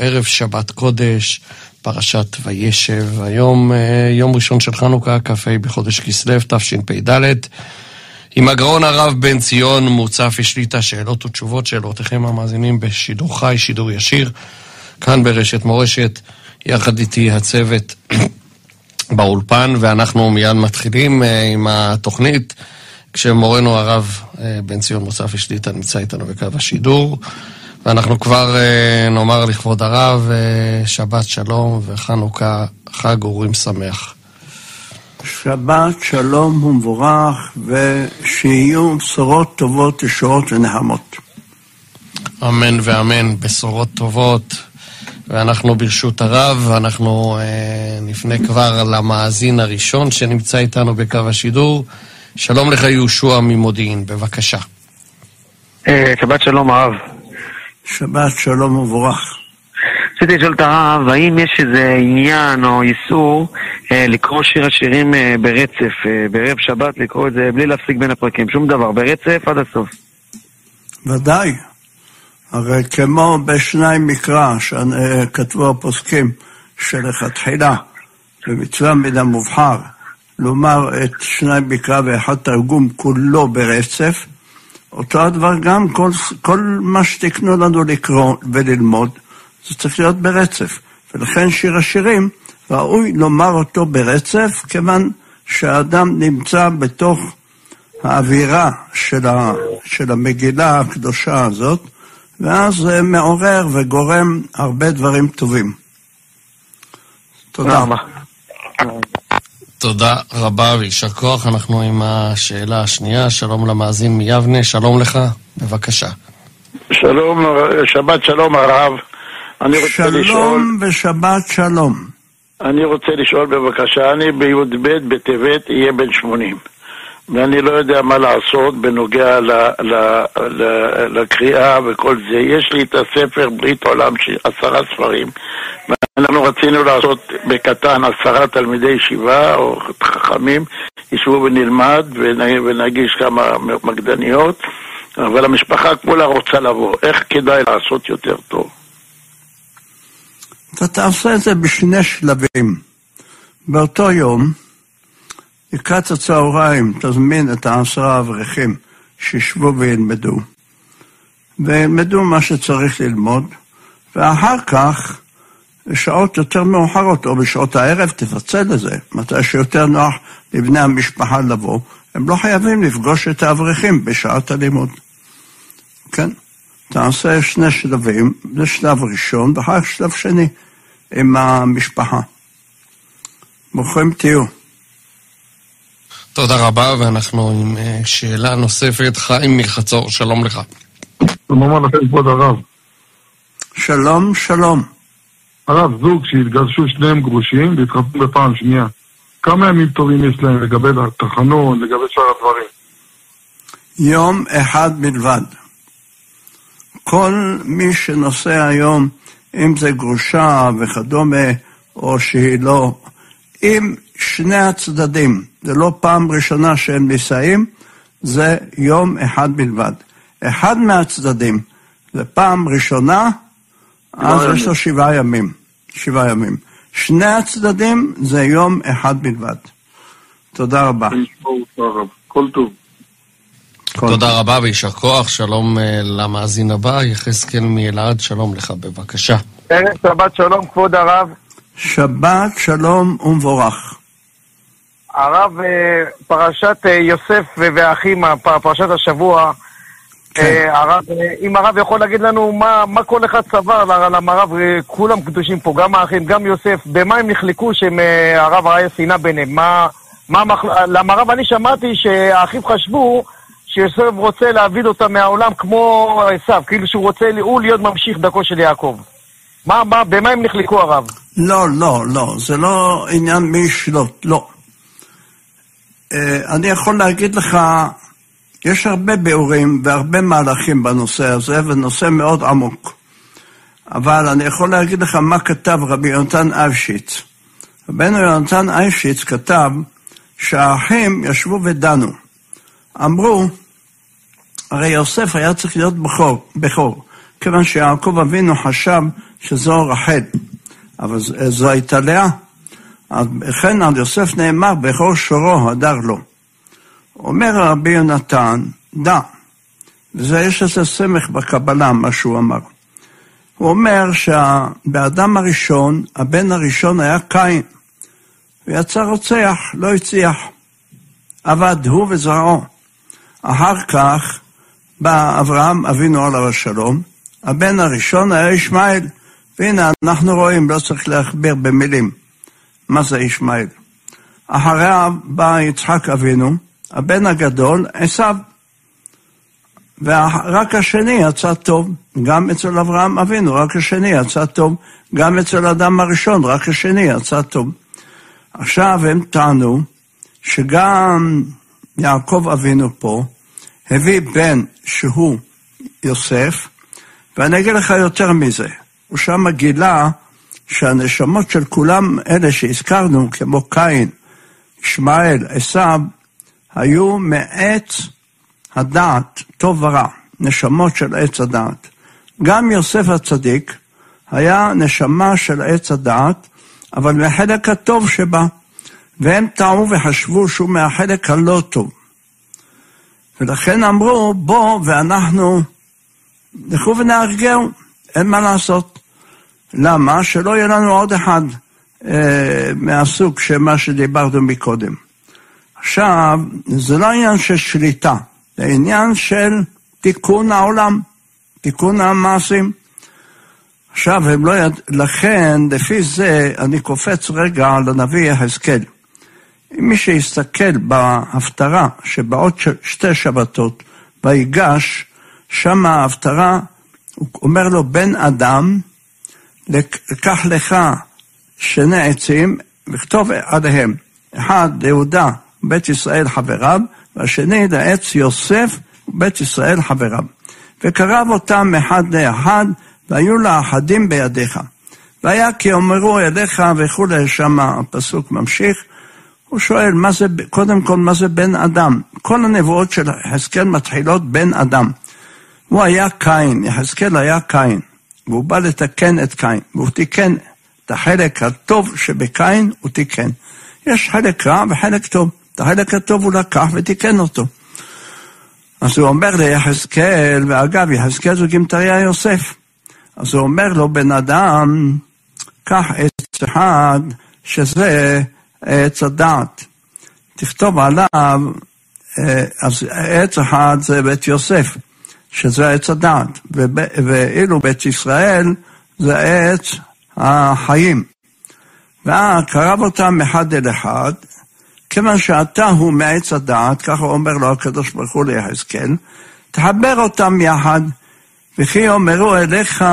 ערב שבת קודש, פרשת וישב. היום יום ראשון של חנוכה, כ"ה בחודש כסלו, תשפ"ד. עם הגאון הרב בן ציון מוצף השליטה, שאלות ותשובות, שאלותיכם המאזינים בשידור חי, שידור ישיר, כאן ברשת מורשת, יחד איתי הצוות באולפן, ואנחנו מיד מתחילים עם התוכנית, כשמורנו הרב בן ציון מוצף השליטה נמצא איתנו בקו השידור, ואנחנו כבר נאמר לכבוד הרב, שבת שלום וחנוכה חג אורים שמח. שבת שלום ומבורך, ושיהיו בשורות טובות, ישועות ונחמות. אמן ואמן, בשורות טובות. ואנחנו ברשות הרב, אנחנו נפנה כבר למאזין הראשון שנמצא איתנו בקו השידור. שלום לך יהושע ממודיעין, בבקשה. שבת שלום הרב. שבת שלום ומבורך. רציתי לשאול את הרב, האם יש איזה עניין או איסור לקרוא שיר השירים ברצף, בערב שבת לקרוא את זה בלי להפסיק בין הפרקים, שום דבר, ברצף עד הסוף? ודאי. הרי כמו בשני מקרא שכתבו הפוסקים שלכתחילה במצווה מן המובחר לומר את שני מקרא ואחד תרגום כולו ברצף, אותו הדבר גם כל מה שתקנו לנו לקרוא וללמוד זה צריך להיות ברצף, ולכן שיר השירים ראוי לומר אותו ברצף, כיוון שהאדם נמצא בתוך האווירה של המגילה הקדושה הזאת, ואז זה מעורר וגורם הרבה דברים טובים. תודה רבה. תודה רבה ויישר כוח. אנחנו עם השאלה השנייה. שלום למאזין מיבנה, שלום לך, בבקשה. שלום, שבת שלום הרב. שלום ושבת שלום. אני רוצה לשאול בבקשה, אני בי"ב בטבת יהיה בן 80, ואני לא יודע מה לעשות בנוגע לקריאה וכל זה. יש לי את הספר ברית עולם 10 ספרים, ואנחנו רצינו לעשות בקטן 10 תלמידי ישיבה או חכמים, ישבו ונלמד ונגיש כמה מקדניות, אבל המשפחה כולה רוצה לבוא. איך כדאי לעשות יותר טוב? אתה תעשה את זה בשני שלבים. באותו יום, לקראת הצהריים, תזמין את 10 אברכים שישבו וילמדו. וילמדו מה שצריך ללמוד, ואחר כך, בשעות יותר מאוחרות, או בשעות הערב, תפצל לזה. מתי שיותר נוח לבני המשפחה לבוא, הם לא חייבים לפגוש את האברכים בשעת הלימוד. כן? תעשה 2 שלבים, זה שלב ראשון, ואחר כך שלב שני, עם המשפחה. ברוכים תהיו. תודה רבה, ואנחנו עם שאלה נוספת. חיים מחצור, שלום לך. שלום לכם כבוד הרב. שלום, שלום. הרב, זוג שהתגרשו שניהם גרושים והתחתנו בפעם שנייה, כמה ימים טובים יש להם לגבי התחנון, לגבי שאר הדברים? יום אחד בלבד. כל מי שנוסע היום, אם זה גרושה וכדומה, או שהיא לא, אם שני הצדדים, זה לא פעם ראשונה שהם נישאים, זה יום אחד בלבד. אחד מהצדדים, זה פעם ראשונה, אז יש לו 7 ימים. 7 ימים. שני הצדדים, זה יום אחד בלבד. תודה רבה. כל טוב. תודה רבה ויישר כוח. שלום למאזין הבא, יחזקאל מאלעד, שלום לך, בבקשה. שבת שלום כבוד הרב. שבת שלום ומבורך. הרב, פרשת יוסף והאחים, פרשת השבוע, הרב, אם הרב יכול להגיד לנו מה כל אחד צבר, למה הרב, כולם קדושים פה, גם האחים, גם יוסף, במה הם נחלקו שהרב היה שנאה ביניהם? למה הרב, אני שמעתי שהאחים חשבו שיוסף רוצה להעביד אותם מהעולם כמו עשיו, כאילו שהוא רוצה להיות ממשיך דרכו של יעקב. במה הם נחלקו הרב? לא, זה לא עניין מי ישלוט, לא. אני יכול להגיד לך, יש הרבה ביאורים והרבה מהלכים בנושא הזה, ונושא מאוד עמוק. אבל אני יכול להגיד לך מה כתב רבי יונתן אייבשיץ. רבנו יונתן אייבשיץ כתב שהאחים ישבו ודנו. אמרו, הרי יוסף היה צריך להיות בכור, כיוון שיעקב אבינו חשב שזו רחל, אבל זו הייתה לאה. לכן על יוסף נאמר, בכור שורו הדר לו. אומר רבי יונתן, דע, וזה יש איזה סמך בקבלה, מה שהוא אמר. הוא אומר שבאדם הראשון, הבן הראשון היה קין, ויצא רוצח, לא הצליח, עבד הוא וזרעו. אחר כך בא אברהם אבינו עליו השלום, הבן הראשון היה ישמעאל, והנה אנחנו רואים, לא צריך להכביר במילים, מה זה ישמעאל. אחריו בא יצחק אבינו, הבן הגדול, עשיו, ורק השני יצא טוב, גם אצל אברהם אבינו, רק השני יצא טוב, גם אצל אדם הראשון, רק השני יצא טוב. עכשיו הם טענו שגם יעקב אבינו פה, הביא בן שהוא יוסף, ואני אגיד לך יותר מזה, הוא שם גילה שהנשמות של כולם אלה שהזכרנו, כמו קין, ישמעאל, עשיו, היו מעץ הדעת, טוב ורע, נשמות של עץ הדעת. גם יוסף הצדיק היה נשמה של עץ הדעת, אבל מהחלק הטוב שבה, והם טעו וחשבו שהוא מהחלק הלא טוב. ולכן אמרו, בוא ואנחנו נכו ונהרגהו, אין מה לעשות. למה? שלא יהיה לנו עוד אחד מהסוג שמה שדיברנו מקודם. עכשיו, זה לא עניין של שליטה, זה עניין של תיקון העולם, תיקון המעשים. עכשיו, הם לא לכן, לפי זה, אני קופץ רגע לנביא יחזקאל. מי שיסתכל בהפטרה שבעוד שתי שבתות, ויגש, שם ההפטרה, הוא אומר לו, בן אדם, לקח לך שני עצים, וכתוב עליהם, אחד ליהודה, בית ישראל חבריו, והשני לעץ יוסף, בית ישראל חבריו. וקרב אותם אחד לאחד, והיו לאחדים בידיך. והיה כי אומרו אליך וכולי, שם הפסוק ממשיך, הוא שואל, קודם כל, מה זה בן אדם? כל הנבואות של יחזקאל מתחילות בן אדם. הוא היה קין, יחזקאל היה קין, והוא בא לתקן את קין, והוא תיקן את החלק הטוב שבקין, הוא תיקן. יש חלק רע וחלק טוב, את החלק הטוב הוא לקח ותיקן אותו. אז הוא אומר ליחזקאל, ואגב, יחזקאל זו גימטריה יוסף, אז הוא אומר לו, בן אדם, קח עץ אחד, שזה עץ הדעת. תכתוב עליו, אז עץ אחד זה בית יוסף, שזה עץ הדעת, ואילו בית ישראל זה עץ החיים. וקרב אותם אחד אל אחד, כיוון שאתה הוא מעץ הדעת, ככה אומר לו הקדוש ברוך הוא ליחזקאל, תחבר אותם יחד, וכי אומרו אליך,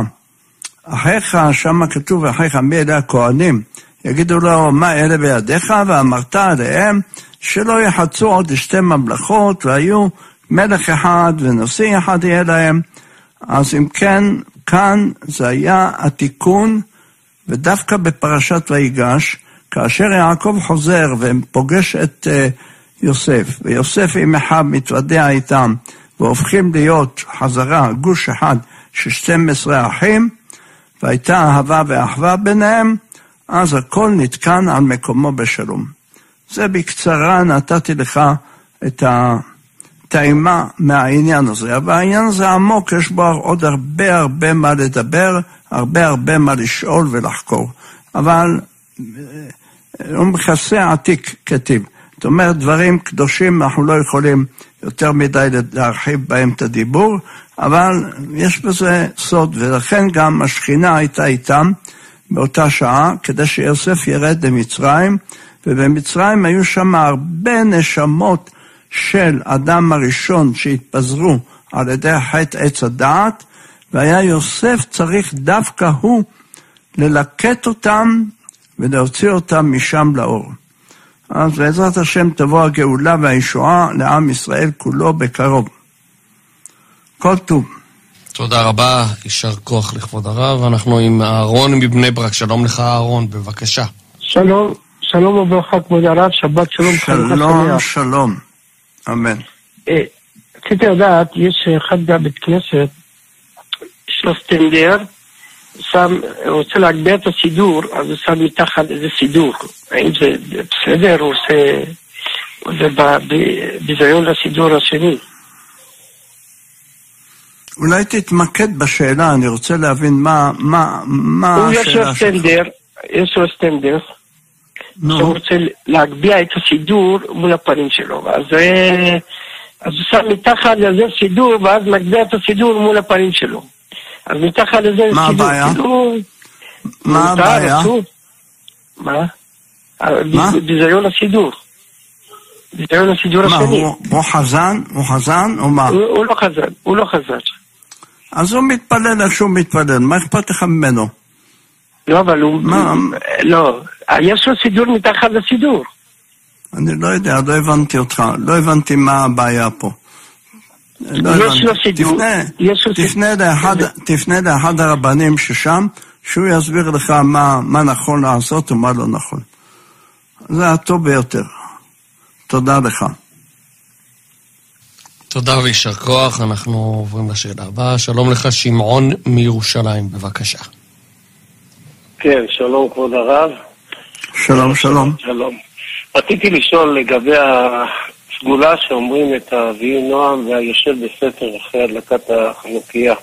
אחיך, שם כתוב אחיך, מי אלה הכהנים, יגידו לו, מה אלה בידיך, ואמרת עליהם, שלא יחצו עוד שתי ממלכות, והיו מלך אחד ונשיא אחד יהיה להם. אז אם כן, כאן זה היה התיקון, ודווקא בפרשת ויגש, כאשר יעקב חוזר ופוגש את יוסף, ויוסף עם אחיו מתוודע איתם, והופכים להיות חזרה, גוש אחד של 12 אחים, והייתה אהבה ואחווה ביניהם, אז הכל נתקן על מקומו בשלום. זה בקצרה נתתי לך את הטעימה מהעניין הזה, אבל העניין הזה עמוק, יש בו עוד הרבה מה לדבר, הרבה מה לשאול ולחקור, אבל הוא מכסה עתיק כתיב. זאת אומרת, דברים קדושים אנחנו לא יכולים יותר מדי להרחיב בהם את הדיבור, אבל יש בזה סוד, ולכן גם השכינה הייתה איתם באותה שעה, כדי שיוסף ירד למצרים, ובמצרים היו שם הרבה נשמות של אדם הראשון שהתפזרו על ידי חטא עץ הדעת, והיה יוסף צריך דווקא הוא ללקט אותם ולהוציא אותם משם לאור. אז בעזרת השם תבוא הגאולה והישועה לעם ישראל כולו בקרוב. כל טוב. תודה רבה, יישר כוח לכבוד הרב. אנחנו עם אהרון מבני ברק. שלום לך אהרון, בבקשה. שלום וברכה כבוד הרב, שבת שלום. שלום, אמן. רציתי לדעת, יש אחד בבית כנסת, שלוסטנדר, רוצה להגביה את הסידור, אז הוא שם מתחת איזה סידור. האם זה בסדר, הוא עושה... זה בזיון לסידור השני. אולי תתמקד בשאלה, אני רוצה להבין מה השאלה שלך. יש לו סטנדר, שהוא רוצה להגביה את הסידור מול הפנים שלו, אז הוא שם מתחת לזה סידור, ואז מגביה את הסידור מול הפנים שלו. אז מתחת לזה מה סידור. מה הבעיה? מה? בזיון הסידור. בזיון הסידור השני. הוא חזן או מה? הוא לא חזן. אז הוא מתפלל איך שהוא מתפלל, מה אכפת לך ממנו? לא, אבל הוא... לא, יש לו סידור מתחת לסידור. אני לא יודע, לא הבנתי אותך, לא הבנתי מה הבעיה פה. יש לו סידור. תפנה לאחד הרבנים ששם, שהוא יסביר לך מה נכון לעשות ומה לא נכון. זה הטוב ביותר. תודה לך. תודה וישר כוח, אנחנו עוברים לשאלה הבאה. שלום לך, שמעון מירושלים, בבקשה. כן, שלום כבוד הרב. שלום. שלום. רציתי לשאול לגבי הסגולה שאומרים את ויהי נועם והיושב בסתר אחרי הדלקת החנוכיה.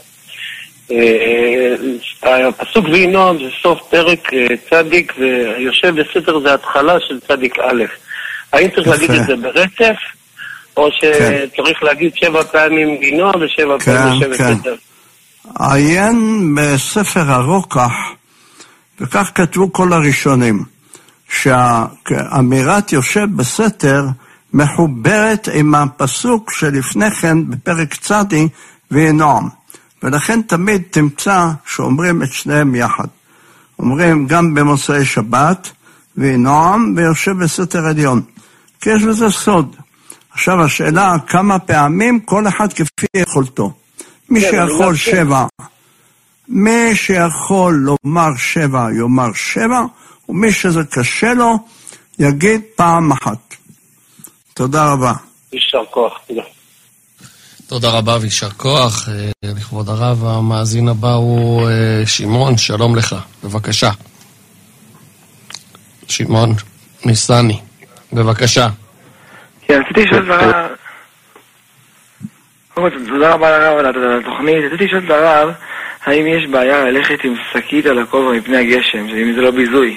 הפסוק ויהי נועם זה סוף פרק צדיק, והיושב בסתר זה התחלה של צדיק א'. האם צריך להגיד את זה ברצף, או שצריך להגיד 7 פעמים ויהי נועם ו7 פעמים יושב בסתר? עיין בספר הרוקח, וכך כתבו כל הראשונים, שהאמירת יושב בסתר מחוברת עם הפסוק שלפני כן בפרק צדי ויהי נועם. ולכן תמיד תמצא שאומרים את שניהם יחד. אומרים גם במוצאי שבת ויהי נועם ויושב בסתר עליון. כי יש בזה סוד. עכשיו השאלה כמה פעמים כל אחד כפי יכולתו. מי שיכול 7, מי שיכול לומר 7 יאמר 7, ומי שזה קשה לו יגיד פעם אחת. תודה רבה. יישר כוח, תודה. תודה רבה וישר כוח. לכבוד הרב, המאזין הבא הוא שמעון, שלום לך, בבקשה. שמעון ניסני, בבקשה. כן, רציתי לשאול דבריו, תודה רבה לרב על התוכנית. רציתי לשאול דבריו, האם יש בעיה ללכת עם שקית על הכובע מפני הגשם, אם זה לא ביזוי?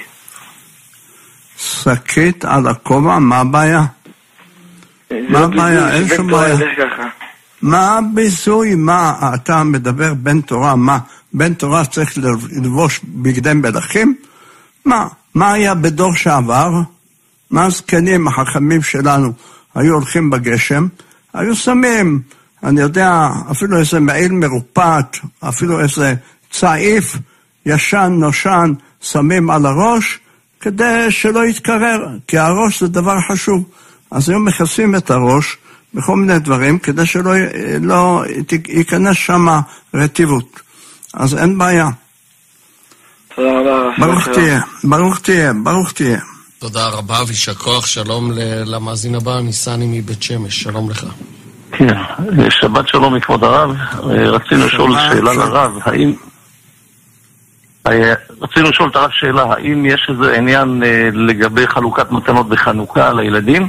שקית על הכובע, מה הבעיה? מה הבעיה? אין שום בעיה. מה ביזוי? מה אתה מדבר בן תורה? מה? בן תורה צריך לבוש בגדי מלכים? מה היה בדור שעבר? מה הזקנים החכמים שלנו היו הולכים בגשם? היו שמים, אני יודע, אפילו איזה מעיל מרופט, אפילו איזה צעיף ישן נושן שמים על הראש, כדי שלא יתקרר, כי הראש זה דבר חשוב. אז היו מכסים את הראש בכל מיני דברים, כדי שלא ייכנס שם רטיבות. אז אין בעיה. תודה רבה. ברוך תהיה. תודה רבה וישר כוח, שלום למאזין הבא, ניסני מבית שמש, שלום לך. כן, שבת שלום מכבוד הרב. רצינו לשאול שאלה לרב, רצינו לשאול את הרב שאלה, האם יש איזה עניין לגבי חלוקת מתנות בחנוכה לילדים?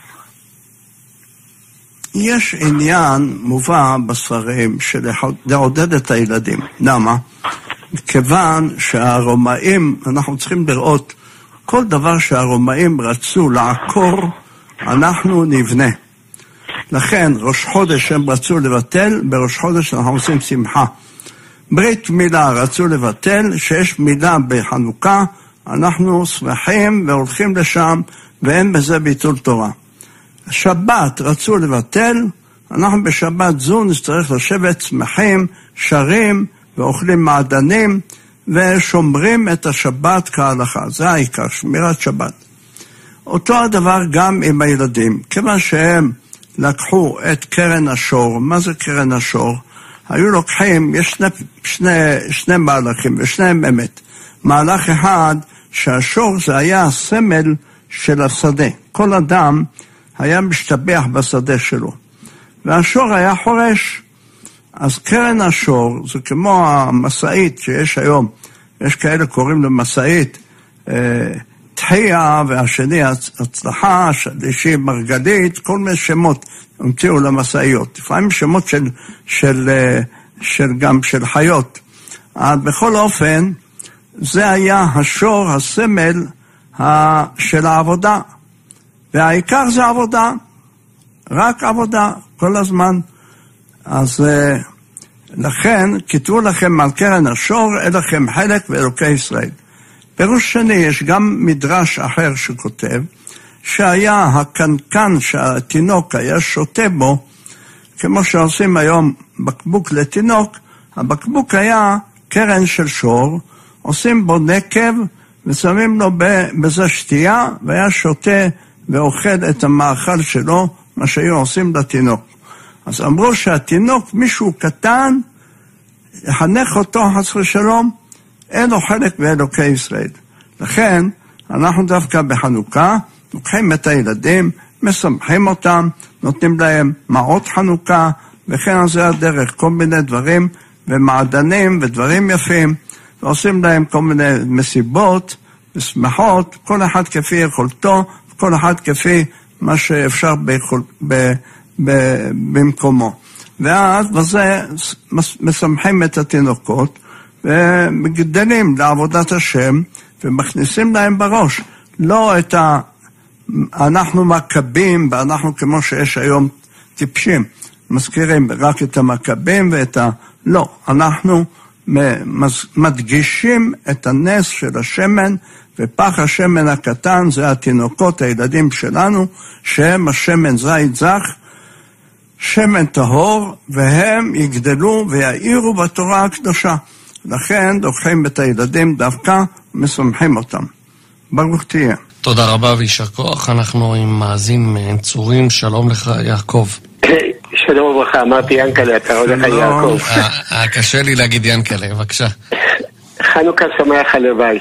יש עניין מובא בספרים של לעודד את הילדים. למה? כיוון שהרומאים, אנחנו צריכים לראות, כל דבר שהרומאים רצו לעקור, אנחנו נבנה. לכן, ראש חודש הם רצו לבטל, בראש חודש אנחנו עושים שמחה. ברית מילה רצו לבטל, שיש מילה בחנוכה, אנחנו שמחים והולכים לשם, ואין בזה ביטול תורה. שבת רצו לבטל, אנחנו בשבת זו נצטרך לשבת שמחים, שרים ואוכלים מעדנים, ושומרים את השבת כהלכה. זה העיקר, שמירת שבת. אותו הדבר גם עם הילדים. כיוון שהם לקחו את קרן השור, מה זה קרן השור? היו לוקחים, יש שני מהלכים, ושניהם אמת. מהלך אחד, שהשור זה היה הסמל של השדה. כל אדם היה משתבח בשדה שלו. והשור היה חורש. אז קרן השור זה כמו המסעית שיש היום, יש כאלה קוראים למסעית תחייה, והשני הצלחה, השלישי מרגלית, כל מיני שמות המציאו למסעיות, לפעמים שמות גם של חיות. בכל אופן, זה היה השור, הסמל של העבודה, והעיקר זה עבודה, רק עבודה, כל הזמן. אז לכן, כתבו לכם על קרן השור, אין לכם חלק באלוקי ישראל. פירוש שני, יש גם מדרש אחר שכותב, שהיה הקנקן שהתינוק היה שותה בו, כמו שעושים היום בקבוק לתינוק, הבקבוק היה קרן של שור, עושים בו נקב, ושמים לו בזה שתייה, והיה שותה ואוכל את המאכל שלו, מה שהיו עושים לתינוק. אז אמרו שהתינוק, מישהו קטן, יחנך אותו חס ושלום, אין לו חלק באלוקי ישראל. לכן, אנחנו דווקא בחנוכה, לוקחים את הילדים, משמחים אותם, נותנים להם מעות חנוכה, וכן זה הדרך, כל מיני דברים, ומעדנים ודברים יפים, ועושים להם כל מיני מסיבות ושמחות, כל אחד כפי יכולתו, כל אחד כפי מה שאפשר במקומו. ואז בזה משמחים את התינוקות, ומגדלים לעבודת השם, ומכניסים להם בראש, לא את אנחנו מכבים, ואנחנו כמו שיש היום טיפשים, מזכירים רק את המכבים לא, אנחנו מדגישים את הנס של השמן, ופח השמן הקטן זה התינוקות, הילדים שלנו, שהם השמן זית זך, שמן טהור, והם יגדלו ויעירו בתורה הקדושה. לכן לוקחים את הילדים דווקא, משמחים אותם. ברוך תהיה. תודה רבה וישר כוח. אנחנו עם מאזין צורים. שלום לך יעקב. שלום וברכה, אמרתי ינקלה, אתה הולך יעקב. קשה לי להגיד ינקלה, בבקשה. חנוכה שמח הלוואי.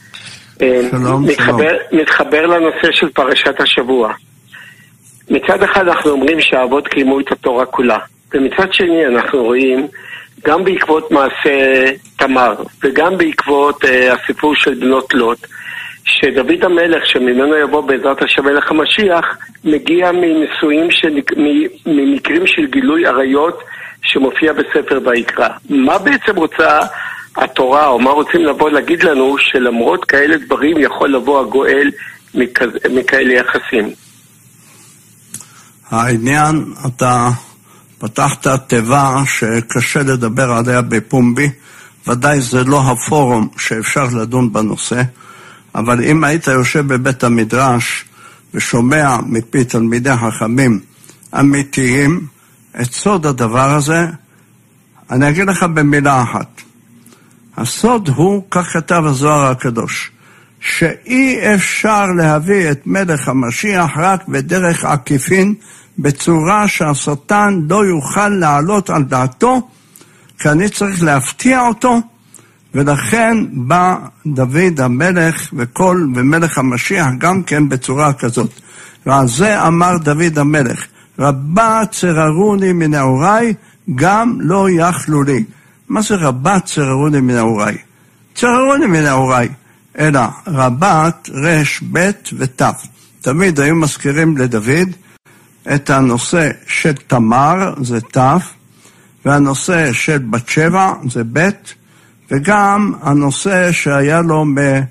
מתחבר לנושא של פרשת השבוע. מצד אחד אנחנו אומרים שהאבות קיימו את התורה כולה, ומצד שני אנחנו רואים גם בעקבות מעשה תמר וגם בעקבות הסיפור של בנות לוט, שדוד המלך שממנו יבוא בעזרת השם מלך המשיח מגיע ממקרים של גילוי עריות שמופיע בספר ויקרא. מה בעצם רוצה התורה, או מה רוצים לבוא להגיד לנו שלמרות כאלה דברים יכול לבוא הגואל מכאלה יחסים? העניין, אתה פתחת תיבה שקשה לדבר עליה בפומבי, ודאי זה לא הפורום שאפשר לדון בנושא, אבל אם היית יושב בבית המדרש ושומע מפי תלמידי חכמים אמיתיים את סוד הדבר הזה, אני אגיד לך במילה אחת. הסוד הוא, כך כתב הזוהר הקדוש, שאי אפשר להביא את מלך המשיח רק בדרך עקיפין, בצורה שהשטן לא יוכל לעלות על דעתו, כי אני צריך להפתיע אותו, ולכן בא דוד המלך ומלך המשיח גם כן בצורה כזאת. ועל זה אמר דוד המלך, רבה צררוני מנעוריי, גם לא יכלו לי. מה זה רבה צררוני מנעוריי? צררוני מנעוריי, אלא רבת רש בית ותף. תמיד היו מזכירים לדוד את הנושא של תמר, זה תף, והנושא של בת שבע, זה בית, וגם הנושא שהיה לו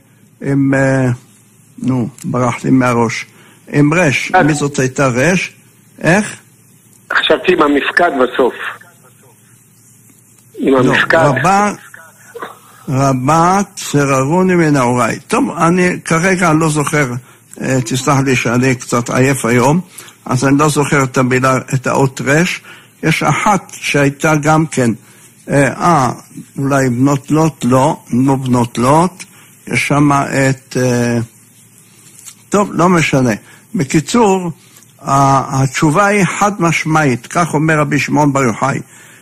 ברח לי מהראש, עם רש. מי זאת הייתה רש? איך? חשבתי עם המפקד בסוף. עם המפקד. רבה צררוני מנעוריי. טוב, אני כרגע לא זוכר, תסלח לי שאני קצת עייף היום, אז אני לא זוכר את המילה, את האות רש. יש אחת שהייתה גם כן, אולי בנות לוט, לא בנות לוט, יש שם את, טוב, לא משנה. בקיצור, התשובה היא חד משמעית, כך אומר רבי שמעון בר יוחאי,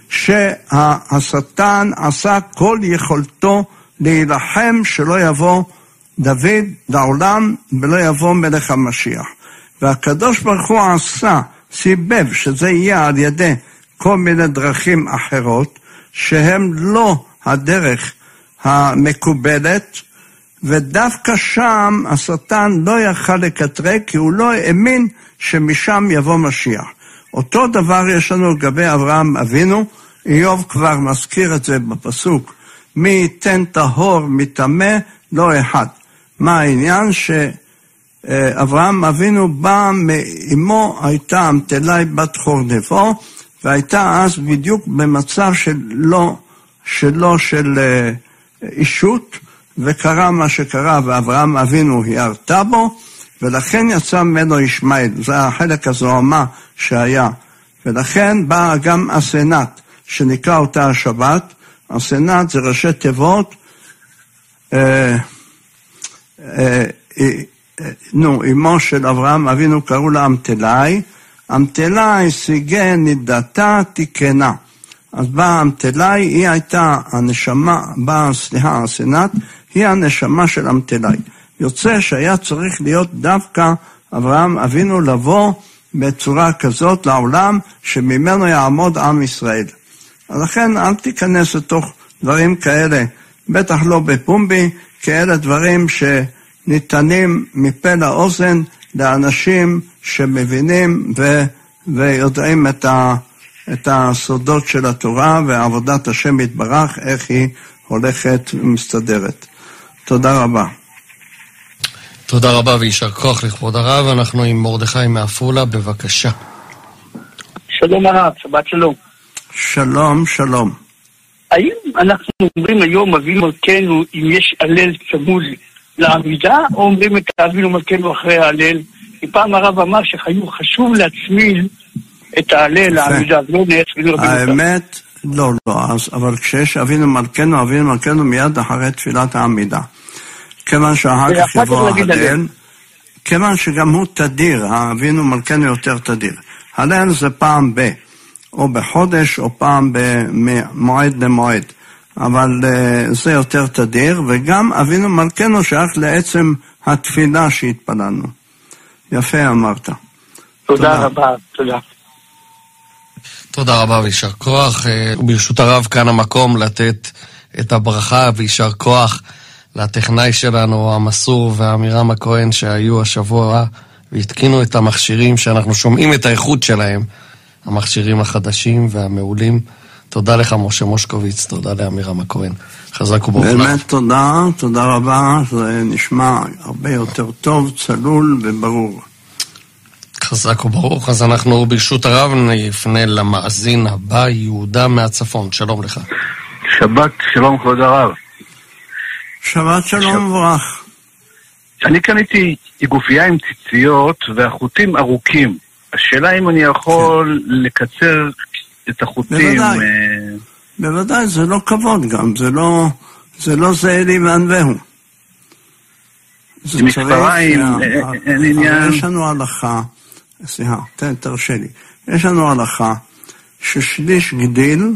שהשטן עשה כל יכולתו להילחם שלא יבוא דוד לעולם ולא יבוא מלך המשיח. והקדוש ברוך הוא עשה, סיבב שזה יהיה על ידי כל מיני דרכים אחרות, שהן לא הדרך המקובלת, ודווקא שם השטן לא יכל לקטרג, כי הוא לא האמין שמשם יבוא משיח. אותו דבר יש לנו לגבי אברהם אבינו, איוב כבר מזכיר את זה בפסוק, מי ייתן טהור מטמא לא אחד. מה העניין? שאברהם אבינו בא מאמו, הייתה אמתלי בת חורנבו, והייתה אז בדיוק במצב של אישות, וקרה מה שקרה, ואברהם אבינו ירתה בו, ולכן יצא ממנו ישמעאל. זה החלק הזוהמה שהיה. ולכן בא גם הסנט, שנקרא אותה השבת. הסנט זה ראשי תיבות, אמו של אברהם אבינו קראו לה אמתלי, אמתלי סיגה נידתה תיקנה. אז באה אמתלי, היא הייתה הנשמה, הסנט, היא הנשמה של אמתלי. יוצא שהיה צריך להיות דווקא אברהם אבינו לבוא בצורה כזאת לעולם, שממנו יעמוד עם ישראל. לכן אל תיכנס לתוך דברים כאלה, בטח לא בפומבי, כאלה דברים שניתנים מפה לאוזן לאנשים שמבינים ויודעים את הסודות של התורה ועבודת השם יתברך, איך היא הולכת ומסתדרת. תודה רבה. תודה רבה ויישר כוח לכבוד הרב. אנחנו עם מרדכי מעפולה, בבקשה. שלום הרב, שבת שלום. שלום, שלום. האם אנחנו אומרים היום אבינו מלכנו אם יש הלל צמוד לעמידה, או אומרים את אבינו מלכנו אחרי ההלל? כי פעם הרב אמר שחשוב להצמיד את ההלל לעמידה, לא נעצמיד רבים אותה. האמת, לא, אבל כשיש אבינו מלכנו מיד אחרי תפילת העמידה. כיוון שאחר כך יבוא ההלל, כיוון שגם הוא תדיר, אבינו מלכנו יותר תדיר. הלל זה פעם או בחודש או פעם במועד למועד, אבל זה יותר תדיר, וגם אבינו מלכנו שייך לעצם התפילה שהתפללנו. יפה אמרת. תודה רבה, תודה. תודה רבה ויישר כוח. ברשות הרב כאן המקום לתת את הברכה ויישר כוח לטכנאי שלנו המסור ואמירם הכהן שהיו השבוע והתקינו את המכשירים שאנחנו שומעים את האיכות שלהם, המכשירים החדשים והמעולים. תודה לך משה מושקוביץ, תודה לאמירם הכהן. חזק וברוך. באמת תודה רבה, זה נשמע הרבה יותר טוב, צלול וברור. חזק וברוך. אז אנחנו ברשות הרב נפנה למאזין הבא, יהודה מהצפון. שלום לך. שבת שלום כבוד הרב. שבת שלום וברוך. אני קניתי גופייה עם ציציות והחוטים ארוכים. השאלה אם אני יכול לקצר את החוטים. בוודאי, זה לא כבוד גם, זה לא זה אלי וענבהו. זה מספריים, אין עניין. יש לנו הלכה, תרשה לי, יש לנו הלכה ששליש גדיל,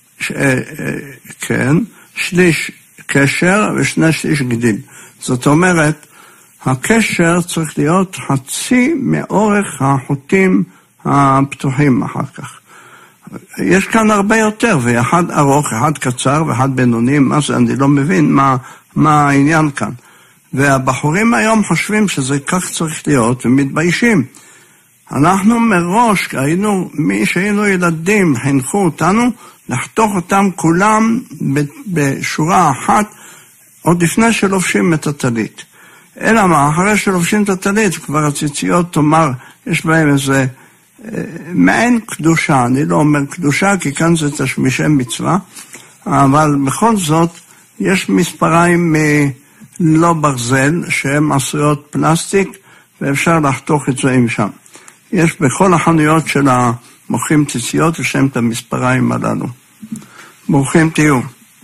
שליש קשר ושני שליש גדיל. זאת אומרת, הקשר צריך להיות חצי מאורך החוטים הפתוחים אחר כך. יש כאן הרבה יותר, ואחד ארוך, אחד קצר ואחד בינוני, מה זה, אני לא מבין מה העניין כאן. והבחורים היום חושבים שזה כך צריך להיות, ומתביישים. אנחנו מראש, מי שהיינו ילדים, חינכו אותנו, לחתוך אותם כולם בשורה אחת, עוד לפני שלובשים את הטלית. אלא מה, אחרי שלובשים את הטלית, כבר הציציות תאמר, יש בהם איזה מעין קדושה, אני לא אומר קדושה, כי כאן זה תשמישי מצווה, אבל בכל זאת, יש מספריים לא ברזל, שהם עשויות פלסטיק, ואפשר לחתוך את זה עם שם. יש בכל החנויות של המוכרים ציציות, ושם את המספריים הללו. ברוכים תהיו.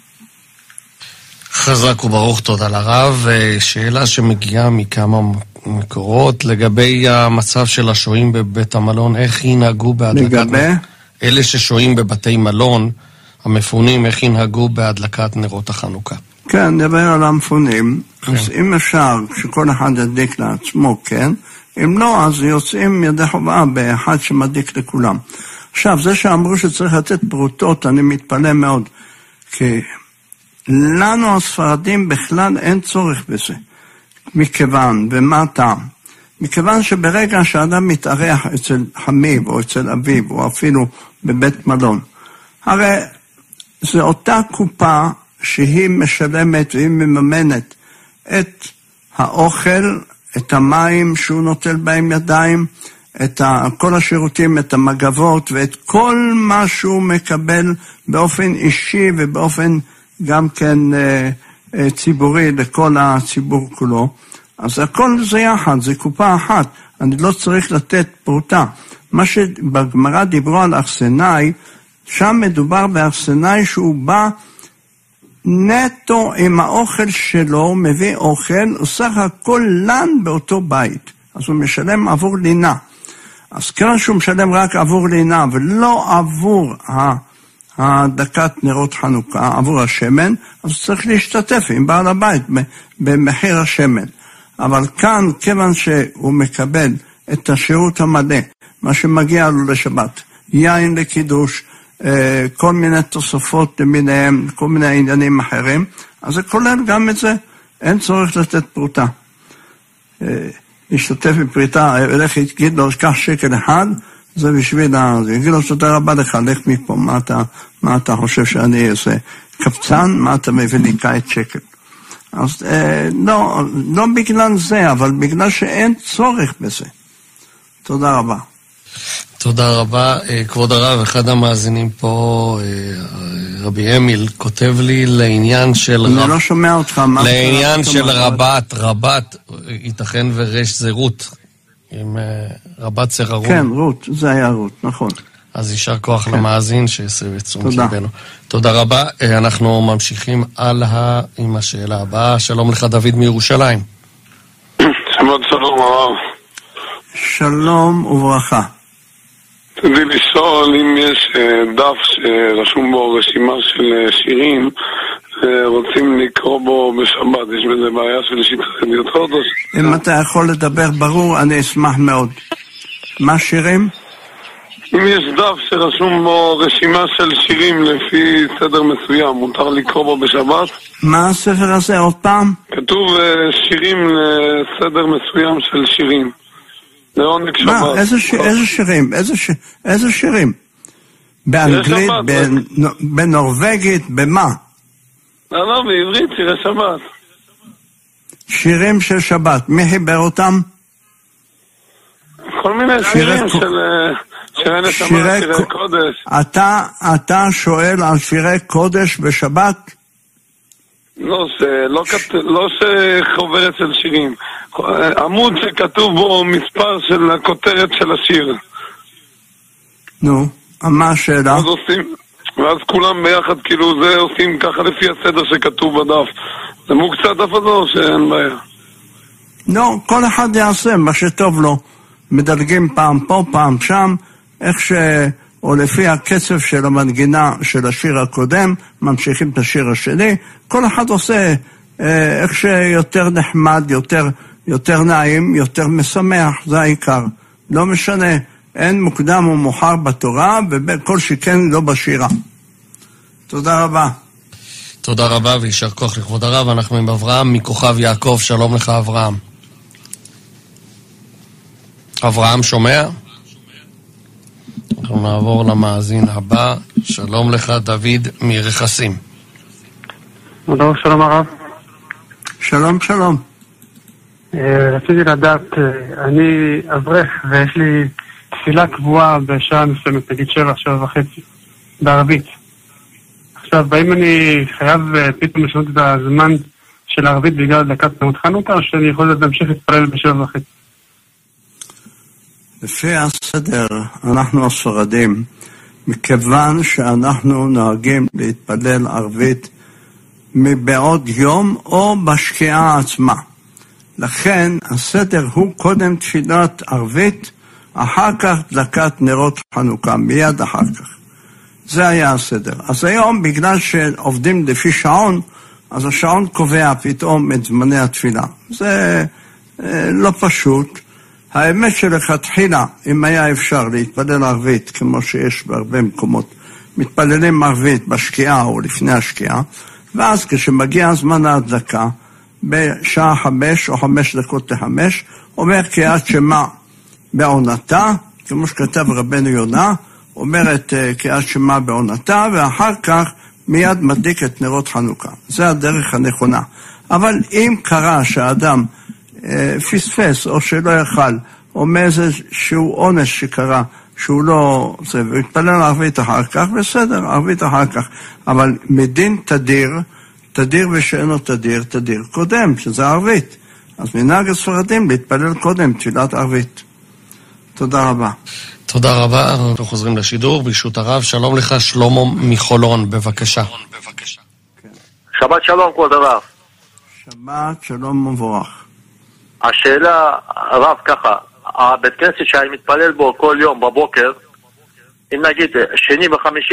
חזק וברוך, תודה לרב. שאלה שמגיעה מכמה מקורות לגבי המצב של השוהים בבית המלון, איך ינהגו בהדלקת... לגבי? אלה ששוהים בבתי מלון, המפונים, איך ינהגו בהדלקת נרות החנוכה? כן, נדבר על המפונים. כן. אז אם אפשר שכל אחד ידליק לעצמו, כן. אם לא, אז יוצאים ידי חובה באחד שמדליק לכולם. עכשיו, זה שאמרו שצריך לתת פרוטות, אני מתפלא מאוד, כי לנו הספרדים בכלל אין צורך בזה. מכיוון, ומה הטעם? מכיוון שברגע שאדם מתארח אצל חמיו או אצל אביו או אפילו בבית מלון, הרי זו אותה קופה שהיא משלמת והיא מממנת את האוכל, את המים שהוא נוטל בהם ידיים, את כל השירותים, את המגבות ואת כל מה שהוא מקבל באופן אישי ובאופן גם כן ציבורי לכל הציבור כולו. אז הכל זה יחד, זה קופה אחת, אני לא צריך לתת פרוטה. מה שבגמרא דיברו על אכסנאי, שם מדובר באכסנאי שהוא בא נטו עם האוכל שלו, מביא אוכל, וסך הכל לן באותו בית. אז הוא משלם עבור לינה. אז כיוון שהוא משלם רק עבור לינה, ולא עבור הדקת נרות חנוכה, עבור השמן, אז צריך להשתתף עם בעל הבית במחיר השמן. אבל כאן, כיוון שהוא מקבל את השירות המלא, מה שמגיע לו לשבת, יין לקידוש, כל מיני תוספות למיניהם, כל מיני עניינים אחרים, אז זה כולל גם את זה, אין צורך לתת פרוטה. להשתתף בפריטה, הולך יגיד לו, קח שקל אחד, זה בשביל זה. יגיד לו, תודה רבה לך, לך מפה, מה אתה חושב שאני אעשה? קפצן, מה אתה מביא לי כעת שקל? אז לא בגלל זה, אבל בגלל שאין צורך בזה. תודה רבה. תודה רבה. כבוד הרב, אחד המאזינים פה, רבי אמיל, כותב לי לעניין של... אני לא שומע אותך. לעניין של רבת, ייתכן ורש זה רות. עם רבת זה רות. כן, רות, זה היה רות, נכון. אז יישר כוח למאזין שהסב את תשומת ליבנו. תודה רבה. אנחנו ממשיכים הלאה עם השאלה הבאה. שלום לך דוד מירושלים. שלום הרב. שלום וברכה. רציתי לשאול אם יש דף שרשום בו רשימה של שירים רוצים לקרוא בו בשבת, יש בזה בעיה של שיטות? אם אתה יכול לדבר ברור, אני אשמח מאוד. מה שירים? אם יש דף שרשום בו רשימה של שירים לפי סדר מסוים, מותר לקרוא בו בשבת? מה הספר הזה עוד פעם? כתוב שירים לסדר מסוים של שירים. מה? איזה שירים? איזה שירים? באנגלית? בנורווגית? במה? לא, בעברית, שירי שבת. שירים של שבת, מי חיבר אותם? כל מיני שירים של שירי נשמה, שירי קודש. אתה שואל על שירי קודש בשבת? לא שחוברת של שירים. עמוד שכתוב בו מספר של הכותרת של השיר. נו, מה השאלה? ואז כולם ביחד, כאילו זה עושים ככה לפי הסדר שכתוב בדף. זה מוקצת הדף הזה או שאין בעיה? לא, כל אחד יעשה מה שטוב לו. מדלגים פעם פה, פעם שם, או לפי הקצב של המנגינה של השיר הקודם, ממשיכים את השיר השני. כל אחד עושה איך שיותר נחמד, יותר נעים, יותר משמח, זה העיקר. לא משנה, אין מוקדם או מאוחר בתורה, וכל שכן לא בשירה. תודה רבה. תודה רבה וישר כוח לכבוד הרב. אנחנו עם אברהם מכוכב יעקב. שלום לך אברהם. אברהם שומע? אנחנו נעבור למאזין הבא. שלום לך דוד מרכסים. שלום הרב. שלום. רציתי לדעת, אני אברך ויש לי תפילה קבועה בשעה מסוימת, נגיד 7:30 בערבית. עכשיו, האם אני חייב פתאום לשנות את הזמן של הערבית בגלל דקת נרות חנוכה, או שאני יכול להמשיך להתפלל ב7:30? לפי הסדר, אנחנו הספרדים, מכיוון שאנחנו נוהגים להתפלל ערבית מבעוד יום או בשקיעה עצמה. לכן הסדר הוא קודם תפילת ערבית, אחר כך דלקת נרות חנוכה, מיד אחר כך. זה היה הסדר. אז היום, בגלל שעובדים לפי שעון, אז השעון קובע פתאום את זמני התפילה. זה לא פשוט, האמת שלכתחילה, אם היה אפשר להתפלל ערבית, כמו שיש בהרבה מקומות, מתפללים ערבית בשקיעה או לפני השקיעה, ואז כשמגיע הזמן ההדלקה, בשעה 5 או 5 דקות ל5, אומר קריאת שמע בעונתה, כמו שכתב רבנו יונה, אומרת קריאת שמע בעונתה, ואחר כך מיד מדליק את נרות חנוכה. זה הדרך הנכונה. אבל אם קרה שהאדם פספס או שלא יכל, או מאיזשהו עונש שקרה, שהוא לא... והתפלל ערבית אחר כך, בסדר, ערבית אחר כך. אבל מדין תדיר ושאינו תדיר קודם, שזה ערבית. אז מנהג הספרדים להתפלל קודם תפילת ערבית. תודה רבה. תודה רבה. אנחנו חוזרים לשידור. ברשות הרב, שלום לך, שלמה מחולון, בבקשה. שבת שלום, כבוד הרב. שבת שלום מבורך. השאלה, הרב, ככה, הבית כנסת שאני מתפלל בו כל יום בבוקר, אם נגיד שני וחמישי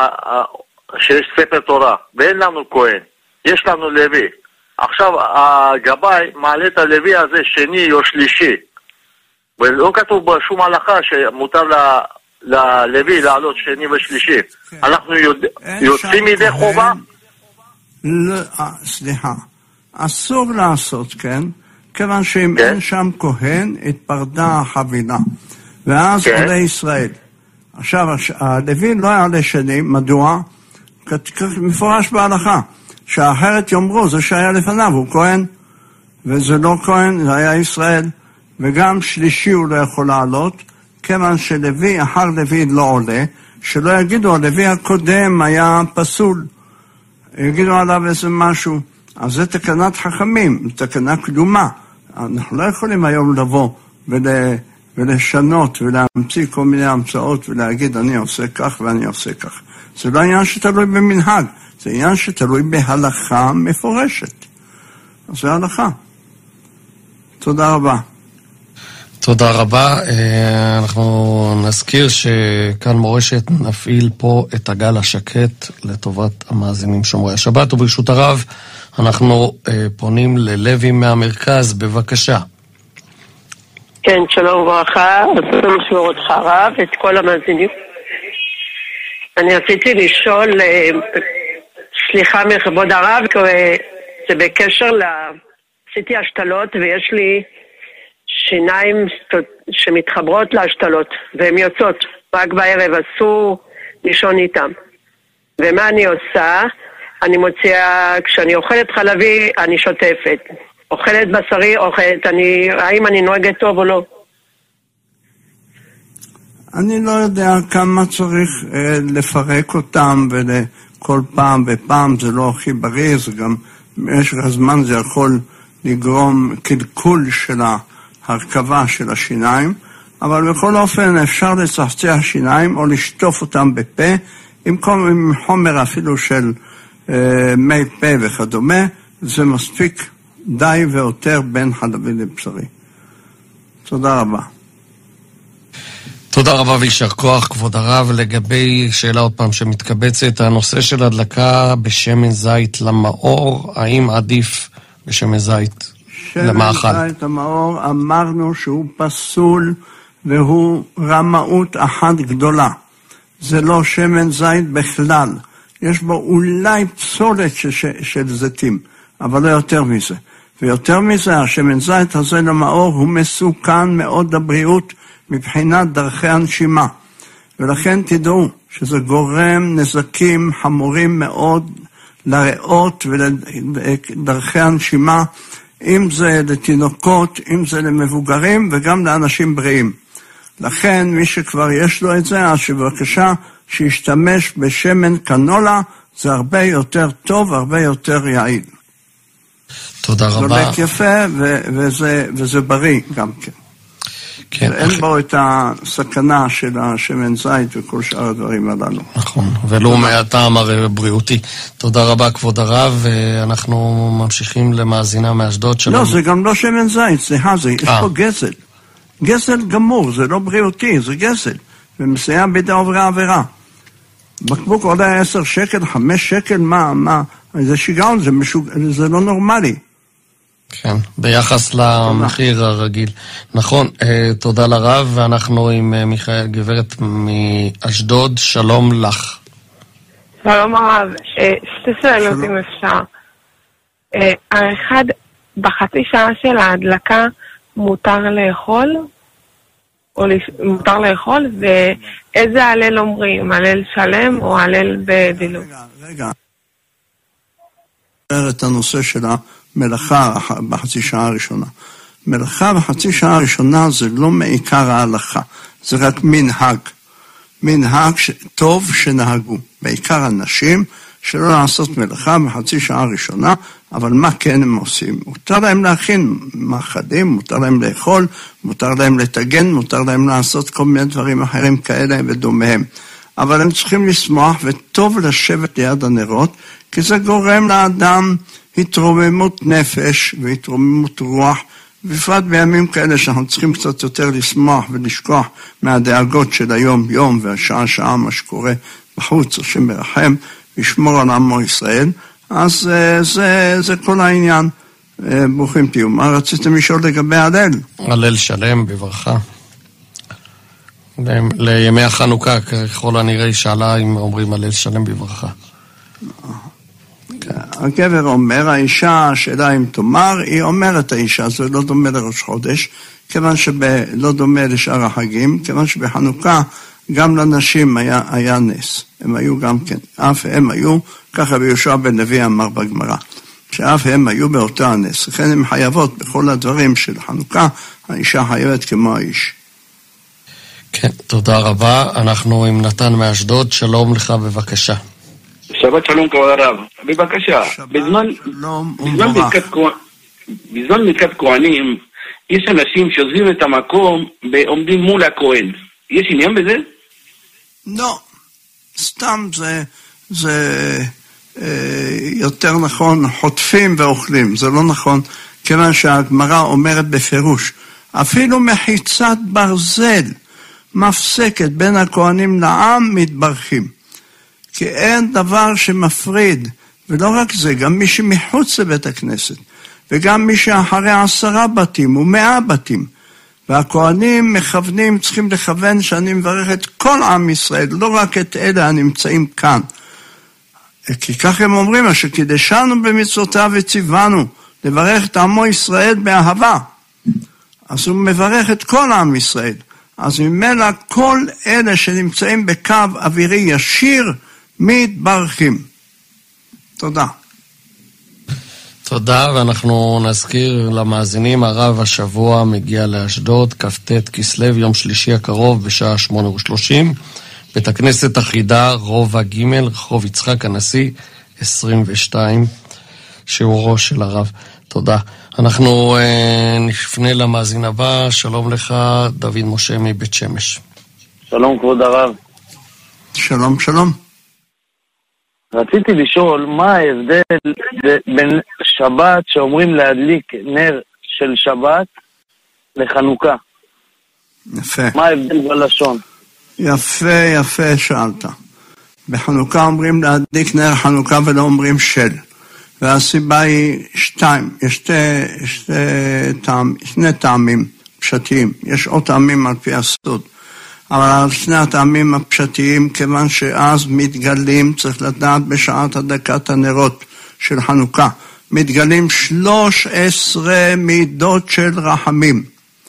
שיש ספר תורה, ואין לנו כהן, יש לנו לוי. עכשיו הגבאי מעלה את הלוי הזה שני או שלישי, ולא כתוב בשום הלכה שמותר ללוי לעלות שני ושלישי. אנחנו יוצאים מידי חובה? לא, סליחה, אסור לעשות כן, כיוון שאם אין שם כהן, התפרדה החבילה, ואז עולה ישראל. עכשיו, הלוי לא יעלה שני, מדוע? מפורש בהלכה, שאחרת יאמרו, זה שהיה לפניו, הוא כהן, וזה לא כהן, זה היה ישראל, וגם שלישי הוא לא יכול לעלות, כיוון שלוי, אחר לוי לא עולה, שלא יגידו, הלוי הקודם היה פסול, יגידו עליו איזה משהו, אז זה תקנת חכמים, תקנה קדומה, אנחנו לא יכולים היום לבוא ולשנות ולהמציא כל מיני המצאות ולהגיד אני עושה כך ואני עושה כך. זה לא עניין שתלוי במנהג, זה עניין שתלוי בהלכה מפורשת. אז זה הלכה. תודה רבה. תודה רבה. אנחנו נזכיר שכאן מורשת נפעיל פה את הגל השקט לטובת המאזינים שומרי השבת, וברשות הרב אנחנו פונים ללוי מהמרכז, בבקשה. כן, שלום וברכה, רציתי לשמור אותך רב, את כל המאזינים. אני רציתי לשאול, סליחה מכבוד הרב, זה בקשר עשיתי השתלות ויש לי שיניים שמתחברות להשתלות והן יוצאות, רק בערב אסור לישון איתם. ומה אני עושה? אני מוציאה, כשאני אוכלת חלבי אני שוטפת, אוכלת בשרי, האם אני נוהגת טוב או לא? אני לא יודע כמה צריך לפרק אותם, וכל פעם ופעם זה לא הכי בריא, זה גם במשך הזמן זה יכול לגרום קלקול של ההרכבה של השיניים, אבל בכל אופן אפשר לצחצח שיניים או לשטוף אותם בפה, עם חומר אפילו של מי פה וכדומה, זה מספיק די ויותר בין חלבי לבשרי. תודה רבה. תודה רבה וישר כוח, כבוד הרב. לגבי שאלה עוד פעם שמתקבצת, הנושא של הדלקה בשמן זית למאור, האם עדיף בשמן זית למאכל? שמן זית למאור אמרנו שהוא פסול והוא רמאות אחת גדולה. זה לא שמן זית בכלל. יש בו אולי פסולת של זיתים, אבל לא יותר מזה. ויותר מזה, השמן זית הזה למאור הוא מסוכן מאוד לבריאות מבחינת דרכי הנשימה. ולכן תדעו שזה גורם נזקים חמורים מאוד לריאות ולדרכי הנשימה, אם זה לתינוקות, אם זה למבוגרים וגם לאנשים בריאים. לכן מי שכבר יש לו את זה, אז שבבקשה שישתמש בשמן קנולה, זה הרבה יותר טוב, הרבה יותר יעיל. תודה רבה. זולק יפה וזה בריא גם כן. כן, אין בו את הסכנה של השמן זית וכל שאר הדברים הללו. נכון, ולא מהטעם הבריאותי. תודה רבה כבוד הרב, אנחנו ממשיכים למאזינה מאשדוד. לא, זה גם לא שמן זית, סליחה, יש פה גזל. גזל גמור, זה לא בריאותי, זה גזל. ומסייע בידי עוברי עבירה. בקבוק עולה 10 שקל, 5 שקל, מה? זה שיגעון, זה לא נורמלי. כן, ביחס למחיר הרגיל. נכון, תודה לרב, ואנחנו עם גברת מאשדוד, שלום לך. שלום הרב, שתי שאלות אם אפשר. האחד, בחצי שעה של ההדלקה מותר לאכול? או מותר לאכול? ואיזה הלל אומרים? הלל שלם או הלל בדילוג? רגע. את הנושא של המלאכה בחצי שעה הראשונה. מלאכה בחצי שעה הראשונה זה לא מעיקר ההלכה, זה רק מנהג. מנהג טוב שנהגו. בעיקר אנשים שלא לעשות מלאכה בחצי שעה הראשונה, אבל מה כן הם עושים? מותר להם להכין מאחדים, מותר להם לאכול, מותר להם לתגן, מותר להם לעשות כל מיני דברים אחרים כאלה ודומיהם. אבל הם צריכים לשמוח וטוב לשבת ליד הנרות, כי זה גורם לאדם התרוממות נפש והתרוממות רוח, בפרט בימים כאלה שאנחנו צריכים קצת יותר לשמוח ולשכוח מהדאגות של היום-יום והשעה-שעה מה שקורה בחוץ, השם מרחם וישמור על עמו ישראל. אז זה כל העניין. ברוכים תהיו. מה רציתם לשאול לגבי הלל? הלל שלם בברכה. לימי החנוכה, ככל הנראה היא שאלה אם אומרים הלל שלם בברכה. הגבר אומר, האישה, השאלה אם תאמר, היא אומרת האישה, זה לא דומה לראש חודש, כיוון שלא דומה לשאר החגים, כיוון שבחנוכה גם לנשים היה נס. הם היו גם כן, אף הם היו, ככה ביהושע בן לוי אמר בגמרא, שאף הם היו באותו הנס. לכן הם חייבות בכל הדברים של חנוכה, האישה חייבת כמו האיש. כן, תודה רבה. אנחנו עם נתן מאשדוד, שלום לך בבקשה. שבת שלום כבוד הרב. בבקשה, בזמן מתקת כהנים, יש אנשים שעוזבים את המקום ועומדים מול הכהן. יש עניין בזה? לא, סתם זה יותר נכון, חוטפים ואוכלים, זה לא נכון, כיוון שהגמרא אומרת בפירוש, אפילו מחיצת ברזל מפסקת בין הכהנים לעם מתברכים. כי אין דבר שמפריד, ולא רק זה, גם מי שמחוץ לבית הכנסת, וגם מי שאחרי 10 בתים ו100 בתים, והכהנים מכוונים, צריכים לכוון שאני מברך את כל עם ישראל, לא רק את אלה הנמצאים כאן. כי כך הם אומרים, אשר קידשנו במצוותיו וציוונו, לברך את עמו ישראל באהבה. אז הוא מברך את כל עם ישראל. אז ממילא כל אלה שנמצאים בקו אווירי ישיר, מתברכים. תודה. תודה, ואנחנו נזכיר למאזינים, הרב השבוע מגיע לאשדוד, כ"ט כסלו, יום שלישי הקרוב בשעה 8:30, בית הכנסת החידה, רובע ג', רחוב יצחק הנשיא, 22, שיעורו של הרב. תודה. אנחנו נפנה למאזין הבא, שלום לך, דוד משה מבית שמש. שלום כבוד הרב. שלום, שלום. רציתי לשאול מה ההבדל בין שבת שאומרים להדליק נר של שבת לחנוכה. יפה. מה ההבדל בלשון? יפה שאלת. בחנוכה אומרים להדליק נר חנוכה ולא אומרים של. והסיבה היא 2. יש שני טעמים פשטיים. יש עוד טעמים על פי הסוד. אבל על שני הטעמים הפשטיים, כיוון שאז מתגלים, צריך לדעת בשעת הדלקת הנרות של חנוכה, מתגלים 13 מידות של רחמים.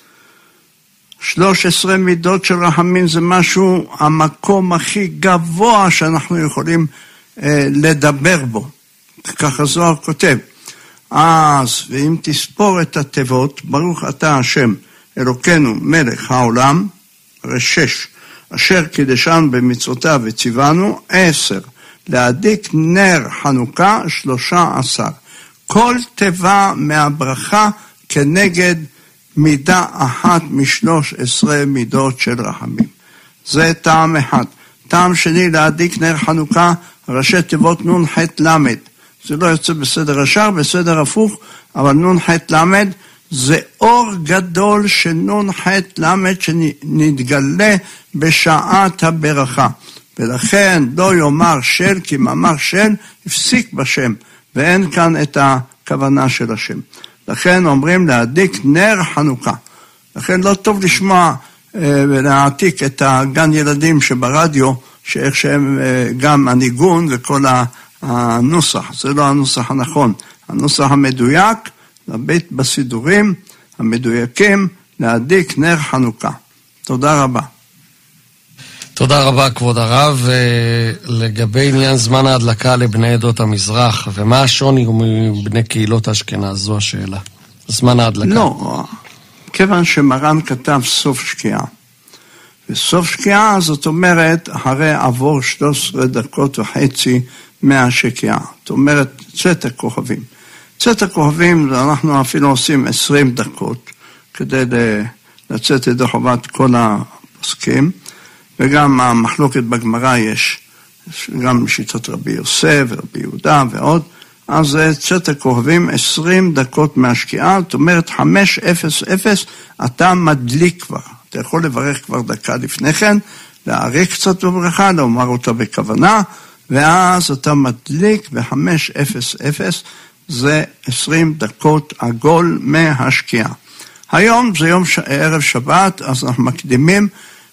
13 מידות של רחמים זה משהו, המקום הכי גבוה שאנחנו יכולים לדבר בו. ככה זוהר כותב. אז, ואם תספור את התיבות, ברוך אתה השם, אלוקינו מלך העולם, 6, אשר קידשנו במצוותיו וציוונו, 10, להדליק נר חנוכה, 13. כל תיבה מהברכה כנגד מידה אחת מ13 מידות של רחמים. זה טעם אחד. טעם שני, להדליק נר חנוכה, ראשי תיבות נון ח' למד. זה לא יוצא בסדר ישר, בסדר הפוך, אבל נון ח' למד, זה אור גדול של נון ח' למד שנתגלה בשעת הברכה. ולכן לא יאמר של, כי מאמר של הפסיק בשם, ואין כאן את הכוונה של השם. לכן אומרים להדליק נר חנוכה. לכן לא טוב לשמוע ולהעתיק את הגן ילדים שברדיו, שאיך שהם גם הניגון וכל הנוסח. זה לא הנוסח הנכון. הנוסח המדויק, לבית בסידורים המדויקים, להדליק נר חנוכה. תודה רבה. תודה רבה כבוד הרב. לגבי עניין זמן ההדלקה לבני עדות המזרח, ומה השוני מבני קהילות אשכנז, זו השאלה. זמן ההדלקה. לא, כיוון שמרן כתב סוף שקיעה. וסוף שקיעה זאת אומרת, הרי עבור 13 דקות וחצי מהשקיעה. זאת אומרת, צאת הכוכבים. צאת הכוכבים, אנחנו אפילו עושים 20 דקות, כדי לצאת ידי חובת כל הפוסקים, וגם המחלוקת בגמרא יש, גם שיטות רבי יוסף ורבי יהודה ועוד, אז צאת הכוכבים 20 דקות מהשקיעה, זאת אומרת 5:00 אתה מדליק כבר. אתה יכול לברך כבר דקה לפני כן, להאריך קצת בברכה, לומר אותה בכוונה, ואז אתה מדליק ב-5:00, זה 20 דקות עגול מהשקיעה. היום זה ערב שבת, אז אנחנו מקדימים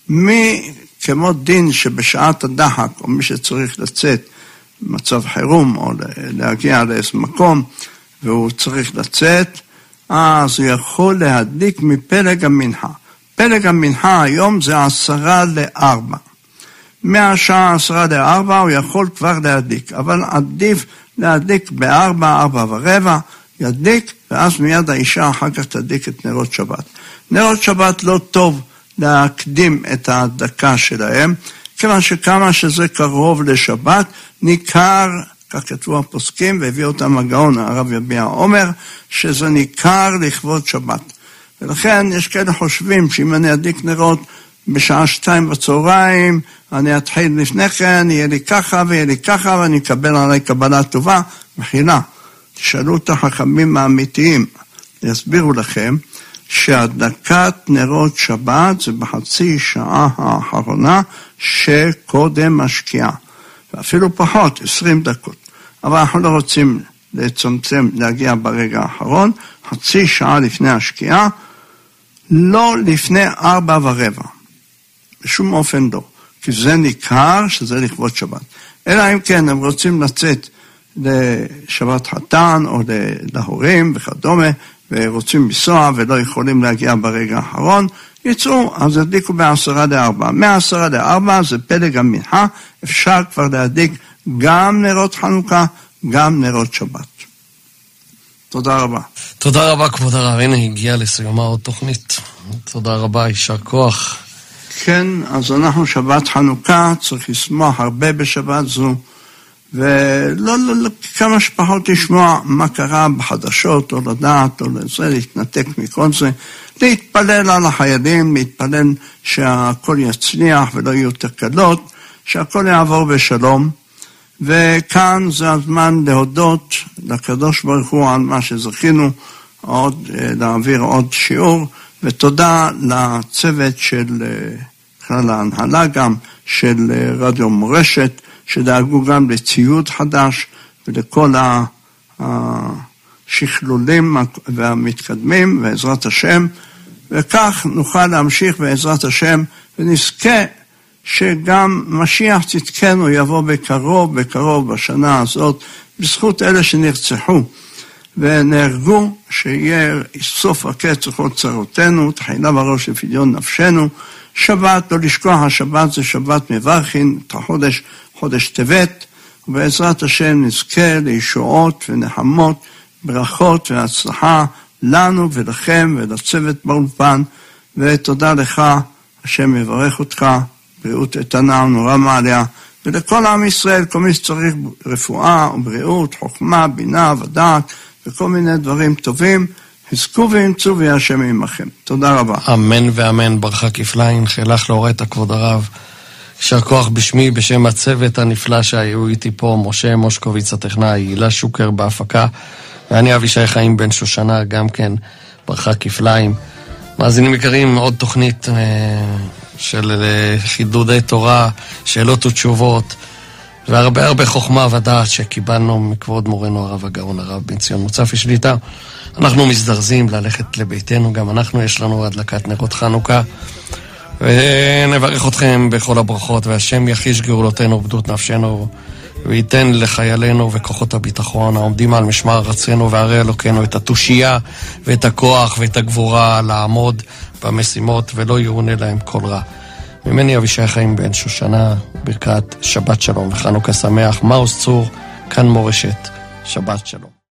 כמו דין שבשעת הדחק, או מי שצריך לצאת במצב חירום, או להגיע לאיזה מקום, והוא צריך לצאת, אז הוא יכול להדליק מפלג המנחה. פלג המנחה היום זה 3:50. מהשעה 3:50 הוא יכול כבר להדליק, אבל עדיף להדליק ב4, 4:15, ידליק, ואז מיד האישה אחר כך תדליק את נרות שבת. נרות שבת לא טוב להקדים את ההדלקה שלהם, כיוון שכמה שזה קרוב לשבת, ניכר, כך כתבו הפוסקים, והביא אותם הגאון, הרב יביע עומר, שזה ניכר לכבוד שבת. ולכן יש כאלה חושבים שאם אני אדליק נרות בשעה 2 בצהריים, אני אתחיל לפני כן, יהיה לי ככה ויהיה לי ככה, ואני אקבל עליי קבלה טובה. מחילה, תשאלו את החכמים האמיתיים, יסבירו לכם, שהדלקת נרות שבת זה בחצי שעה האחרונה שקודם השקיעה. ואפילו פחות, 20 דקות. אבל אנחנו לא רוצים לצמצם, להגיע ברגע האחרון, חצי שעה לפני השקיעה, לא לפני 4:15. בשום אופן לא. כי זה ניכר שזה לכבוד שבת. אלא אם כן הם רוצים לצאת לשבת חתן או להורים וכדומה, ורוצים לנסוע ולא יכולים להגיע ברגע האחרון, יצאו, אז ידליקו ב3:50. מ3:50 זה פלג המנחה, אפשר כבר להדליק גם נרות חנוכה, גם נרות שבת. תודה רבה. תודה רבה כבוד הרב, הנה הגיעה לסיומה עוד תוכנית. תודה רבה, יישר כוח. כן, אז אנחנו שבת חנוכה, צריך לשמוח הרבה בשבת זו, ולא כמה שפחות לשמוע מה קרה בחדשות, או לדעת, או לזה, להתנתק מכל זה, להתפלל על החיילים, להתפלל שהכל יצליח ולא יהיו תקלות, שהכל יעבור בשלום, וכאן זה הזמן להודות לקדוש ברוך הוא על מה שזכינו, עוד להעביר עוד שיעור, ותודה לצוות של, בכלל להנהלה גם, של רדיו מורשת, שדאגו גם לציוד חדש, ולכל השכלולים והמתקדמים, בעזרת השם, וכך נוכל להמשיך בעזרת השם, ונזכה שגם משיח צדקנו יבוא בקרוב בשנה הזאת, בזכות אלה שנרצחו ונהרגו, שיהיה סוף הקץ וכל צרותינו, תחילה בראש לפדיון נפשנו. שבת, לא לשכוח, השבת זה שבת מברכין, את החודש, חודש טבת, ובעזרת השם נזכה לישועות ונחמות, ברכות והצלחה לנו ולכם ולצוות באולפן, ותודה לך, השם יברך אותך, בריאות איתנה ונורא מעליה, ולכל עם ישראל, כל מי שצריך רפואה ובריאות, חוכמה, בינה ודעת, וכל מיני דברים טובים, חזקו וימצאו ויהיה השם עמכם. תודה רבה. אמן ואמן, ברכה כפליים, חילך להורית כבוד הרב. יישר כוח בשמי, בשם הצוות הנפלא שהיו איתי פה, משה מושקוביץ הטכנאי, הילה שוקר בהפקה, ואני אבישי חיים בן שושנה, גם כן, ברכה כפליים. מאזינים יקרים, עוד תוכנית של חידודי תורה, שאלות ותשובות, והרבה חוכמה ודעת שקיבלנו מכבוד מורנו הרב הגאון הרב בן ציון מוצפי שליט"א. אנחנו מזדרזים ללכת לביתנו, גם אנחנו יש לנו הדלקת נרות חנוכה, ונברך אתכם בכל הברכות, והשם יחיש גאולותינו ובדות נפשנו, וייתן לחיילינו וכוחות הביטחון העומדים על משמר ארצנו וערי אלוקינו את התושייה ואת הכוח ואת הגבורה לעמוד במשימות, ולא יאונה להם כל רע. ממני אבישי חיים בן שושנה, ברכת שבת שלום וחנוכה שמח. מעוז צור, כאן מורשת, שבת שלום.